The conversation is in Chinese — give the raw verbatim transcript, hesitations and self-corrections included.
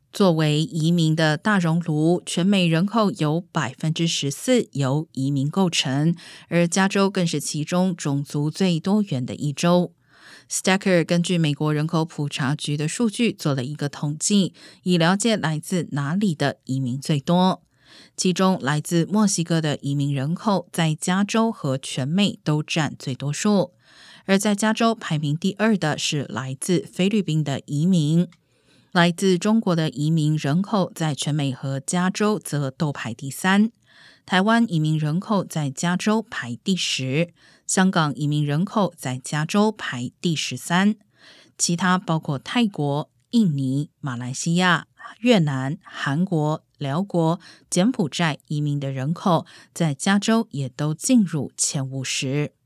作为移民的大熔炉，全美人口有 百分之十四 由移民构成，而加州更是其中种族最多元的一州。Stacker 根据美国人口普查局的数据做了一个统计，以了解来自哪里的移民最多。其中来自墨西哥的移民人口在加州和全美都占最多数，而在加州排名第二的是来自菲律宾的移民。来自中国的移民人口在全美和加州则都排第三，台湾移民人口在加州排第十，香港移民人口在加州排第十三，其他包括泰国、印尼、马来西亚、越南、韩国、辽国、柬埔寨移民的人口在加州也都进入前五十。